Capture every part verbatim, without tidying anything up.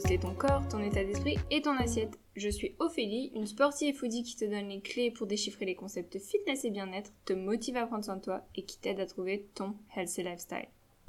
booster ton corps, ton état d'esprit et ton assiette. Je suis Ophélie, une sportive foodie qui te donne les clés pour déchiffrer les concepts fitness et bien-être, te motive à prendre soin de toi et qui t'aide à trouver ton healthy lifestyle.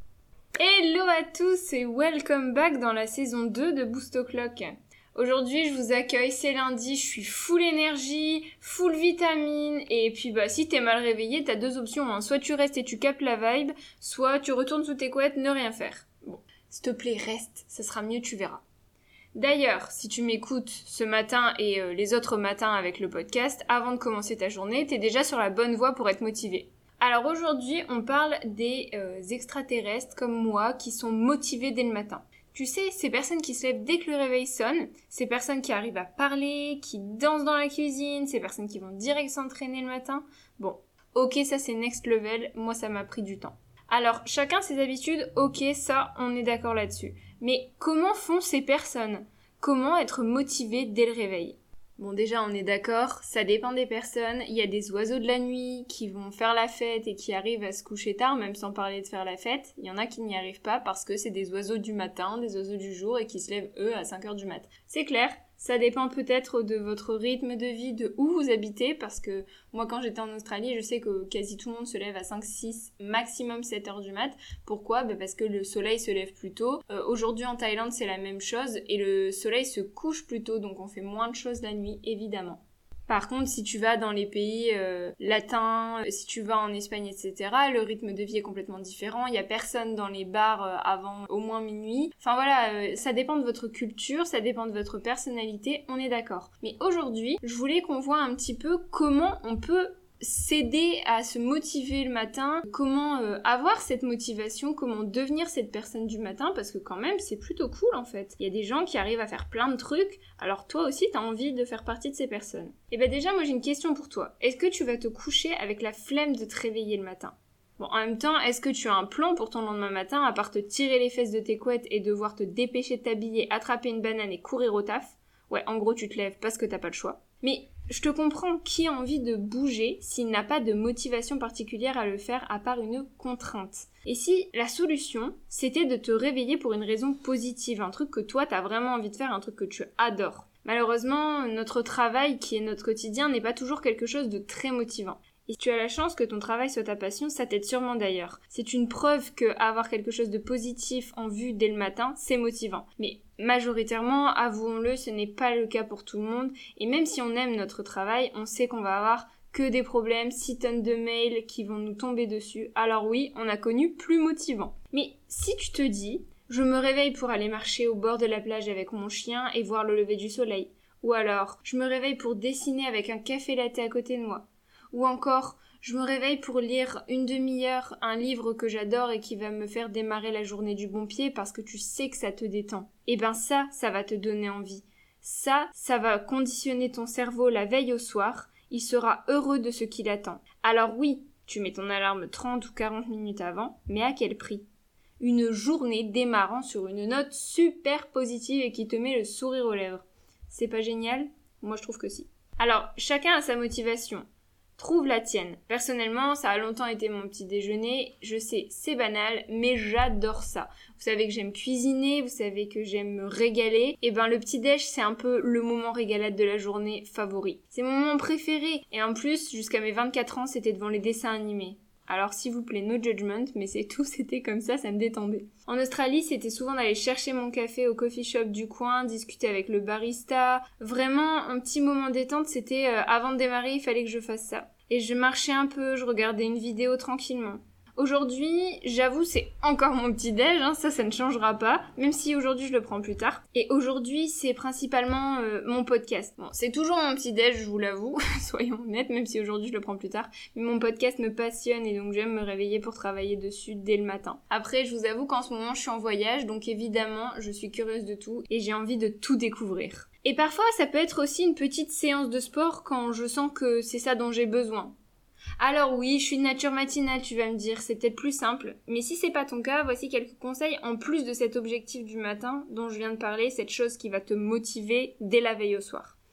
Hello à tous et welcome back dans la saison deux de Boost O'Clock. Aujourd'hui, je vous accueille, c'est lundi, je suis full énergie, full vitamine, et puis bah si t'es mal réveillé, t'as deux options, hein. Soit tu restes et tu captes la vibe, soit tu retournes sous tes couettes, ne rien faire. Bon, s'il te plaît, reste, ça sera mieux, tu verras. D'ailleurs, si tu m'écoutes ce matin et euh, les autres matins avec le podcast, avant de commencer ta journée, t'es déjà sur la bonne voie pour être motivé. Alors aujourd'hui, on parle des euh, extraterrestres comme moi qui sont motivés dès le matin. Tu sais, ces personnes qui se lèvent dès que le réveil sonne, ces personnes qui arrivent à parler, qui dansent dans la cuisine, ces personnes qui vont direct s'entraîner le matin. Bon, ok, ça c'est next level, moi ça m'a pris du temps. Alors, chacun ses habitudes, ok, ça, on est d'accord là-dessus. Mais comment font ces personnes ? Comment être motivé dès le réveil ? Bon, déjà, on est d'accord, ça dépend des personnes. Il y a des oiseaux de la nuit qui vont faire la fête et qui arrivent à se coucher tard, même sans parler de faire la fête. Il y en a qui n'y arrivent pas parce que c'est des oiseaux du matin, des oiseaux du jour et qui se lèvent, eux, à cinq heures du mat. C'est clair, ça dépend peut-être de votre rythme de vie, de où vous habitez, parce que moi, quand j'étais en Australie, je sais que quasi tout le monde se lève à cinq, six, maximum sept heures du mat. Pourquoi ? Bah parce que le soleil se lève plus tôt. Euh, aujourd'hui, en Thaïlande, c'est la même chose et le soleil se couche plus tôt, donc on fait moins de choses la nuit, évidemment. Par contre, si tu vas dans les pays euh, latins, si tu vas en Espagne, et cetera, le rythme de vie est complètement différent. Il y a personne dans les bars euh, avant au moins minuit. Enfin voilà, euh, ça dépend de votre culture, ça dépend de votre personnalité, on est d'accord. Mais aujourd'hui, je voulais qu'on voit un petit peu comment on peut s'aider à se motiver le matin, comment euh, avoir cette motivation, comment devenir cette personne du matin, parce que quand même c'est plutôt cool en fait. Il y a des gens qui arrivent à faire plein de trucs, alors toi aussi t'as envie de faire partie de ces personnes. Et ben déjà moi j'ai une question pour toi, est-ce que tu vas te coucher avec la flemme de te réveiller le matin ? Bon, en même temps, est-ce que tu as un plan pour ton lendemain matin, à part te tirer les fesses de tes couettes et devoir te dépêcher de t'habiller, attraper une banane et courir au taf ? Ouais, en gros tu te lèves parce que t'as pas le choix. Mais je te comprends, qui a envie de bouger s'il n'a pas de motivation particulière à le faire à part une contrainte ? Et si la solution, c'était de te réveiller pour une raison positive, un truc que toi t'as vraiment envie de faire, un truc que tu adores. Malheureusement, notre travail, qui est notre quotidien, n'est pas toujours quelque chose de très motivant. Et si tu as la chance que ton travail soit ta passion, ça t'aide sûrement d'ailleurs. C'est une preuve que avoir quelque chose de positif en vue dès le matin, c'est motivant. Mais majoritairement, avouons-le, ce n'est pas le cas pour tout le monde. Et même si on aime notre travail, on sait qu'on va avoir que des problèmes, six tonnes de mails qui vont nous tomber dessus. Alors oui, on a connu plus motivant. Mais si tu te dis, je me réveille pour aller marcher au bord de la plage avec mon chien et voir le lever du soleil. Ou alors, je me réveille pour dessiner avec un café latte à côté de moi. Ou encore, je me réveille pour lire une demi-heure un livre que j'adore et qui va me faire démarrer la journée du bon pied parce que tu sais que ça te détend. Et ben ça, ça va te donner envie. Ça, ça va conditionner ton cerveau la veille au soir. Il sera heureux de ce qui l'attend. Alors oui, tu mets ton alarme trente ou quarante minutes avant, mais à quel prix ? Une journée démarrant sur une note super positive et qui te met le sourire aux lèvres. C'est pas génial ? Moi je trouve que si. Alors, chacun a sa motivation. Trouve la tienne. Personnellement, ça a longtemps été mon petit déjeuner. Je sais, c'est banal, mais j'adore ça. Vous savez que j'aime cuisiner, vous savez que j'aime me régaler. Et ben le petit déj, c'est un peu le moment régalade de la journée favori. C'est mon moment préféré. Et en plus, jusqu'à mes vingt-quatre ans, c'était devant les dessins animés. Alors s'il vous plaît, no judgment, mais c'est tout, c'était comme ça, ça me détendait. En Australie, c'était souvent d'aller chercher mon café au coffee shop du coin, discuter avec le barista. Vraiment, un petit moment détente, c'était euh, avant de démarrer, il fallait que je fasse ça. Et je marchais un peu, je regardais une vidéo tranquillement. Aujourd'hui, j'avoue, c'est encore mon petit déj, hein, ça, ça ne changera pas, même si aujourd'hui je le prends plus tard. Et aujourd'hui, c'est principalement euh, mon podcast. Bon, c'est toujours mon petit déj, je vous l'avoue, soyons honnêtes, même si aujourd'hui je le prends plus tard. Mais mon podcast me passionne et donc j'aime me réveiller pour travailler dessus dès le matin. Après, je vous avoue qu'en ce moment, je suis en voyage, donc évidemment, je suis curieuse de tout et j'ai envie de tout découvrir. Et parfois, ça peut être aussi une petite séance de sport quand je sens que c'est ça dont j'ai besoin. Alors oui, je suis de nature matinale, tu vas me dire, c'est peut-être plus simple. Mais si c'est pas ton cas, voici quelques conseils en plus de cet objectif du matin dont je viens de parler, cette chose qui va te motiver dès la veille au soir.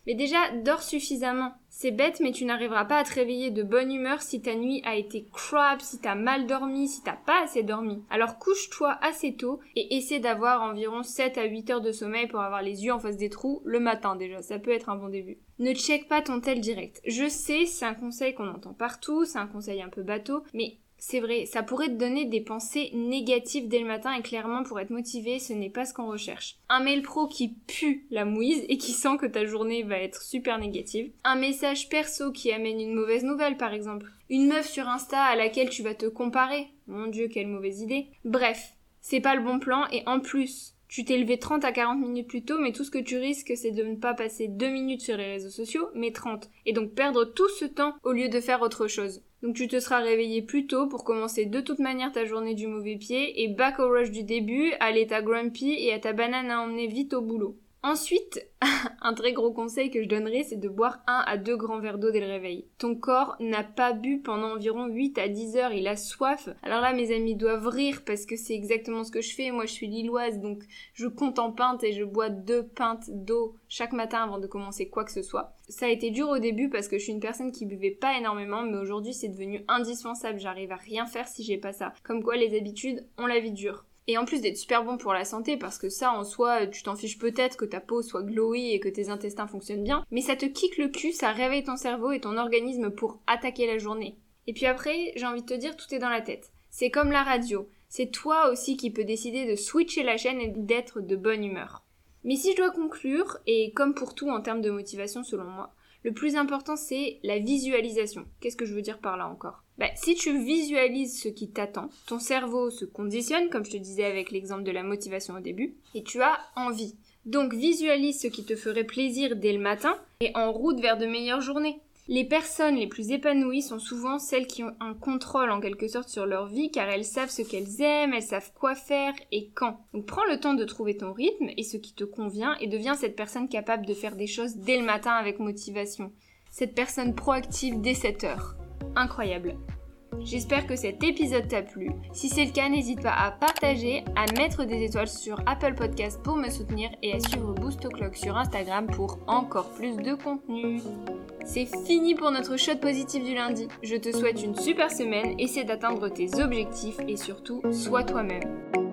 Mais déjà, dors suffisamment. C'est bête, mais tu n'arriveras pas à te réveiller de bonne humeur si ta nuit a été crap, si t'as mal dormi, si t'as pas assez dormi. Alors couche-toi assez tôt et essaie d'avoir environ sept à huit heures de sommeil pour avoir les yeux en face des trous le matin déjà. Ça peut être un bon début. Ne check pas ton tel direct. Je sais, c'est un conseil qu'on entend partout, c'est un conseil un peu bateau, mais c'est vrai, ça pourrait te donner des pensées négatives dès le matin et clairement pour être motivé, ce n'est pas ce qu'on recherche. Un mail pro qui pue la mouise et qui sent que ta journée va être super négative. Un message perso qui amène une mauvaise nouvelle par exemple. Une meuf sur Insta à laquelle tu vas te comparer. Mon Dieu, quelle mauvaise idée. Bref, c'est pas le bon plan et en plus, tu t'es levé trente à quarante minutes plus tôt, mais tout ce que tu risques, c'est de ne pas passer deux minutes sur les réseaux sociaux, mais trente. Et donc perdre tout ce temps au lieu de faire autre chose. Donc tu te seras réveillé plus tôt pour commencer de toute manière ta journée du mauvais pied et back au rush du début, à l'état grumpy et à ta banane à emmener vite au boulot. Ensuite, un très gros conseil que je donnerais, c'est de boire un à deux grands verres d'eau dès le réveil. Ton corps n'a pas bu pendant environ huit à dix heures, il a soif. Alors là, mes amis doivent rire parce que c'est exactement ce que je fais. Moi, je suis lilloise, donc je compte en pintes et je bois deux pintes d'eau chaque matin avant de commencer quoi que ce soit. Ça a été dur au début parce que je suis une personne qui buvait pas énormément, mais aujourd'hui, c'est devenu indispensable. J'arrive à rien faire si j'ai pas ça. Comme quoi, les habitudes ont la vie dure. Et en plus d'être super bon pour la santé, parce que ça, en soi, tu t'en fiches peut-être que ta peau soit glowy et que tes intestins fonctionnent bien, mais ça te kick le cul, ça réveille ton cerveau et ton organisme pour attaquer la journée. Et puis après, j'ai envie de te dire, tout est dans la tête. C'est comme la radio. C'est toi aussi qui peux décider de switcher la chaîne et d'être de bonne humeur. Mais si je dois conclure, et comme pour tout en termes de motivation selon moi, le plus important c'est la visualisation. Qu'est-ce que je veux dire par là encore ? Bah, si tu visualises ce qui t'attend, ton cerveau se conditionne, comme je te disais avec l'exemple de la motivation au début, et tu as envie. Donc visualise ce qui te ferait plaisir dès le matin et en route vers de meilleures journées. Les personnes les plus épanouies sont souvent celles qui ont un contrôle en quelque sorte sur leur vie car elles savent ce qu'elles aiment, elles savent quoi faire et quand. Donc prends le temps de trouver ton rythme et ce qui te convient et deviens cette personne capable de faire des choses dès le matin avec motivation. Cette personne proactive dès sept heures. Incroyable. J'espère que cet épisode t'a plu. Si c'est le cas, n'hésite pas à partager, à mettre des étoiles sur Apple Podcast pour me soutenir et à suivre Boost O'Clock sur Instagram pour encore plus de contenu. C'est fini pour notre shot positif du lundi. Je te souhaite une super semaine, essaie d'atteindre tes objectifs et surtout, sois toi-même.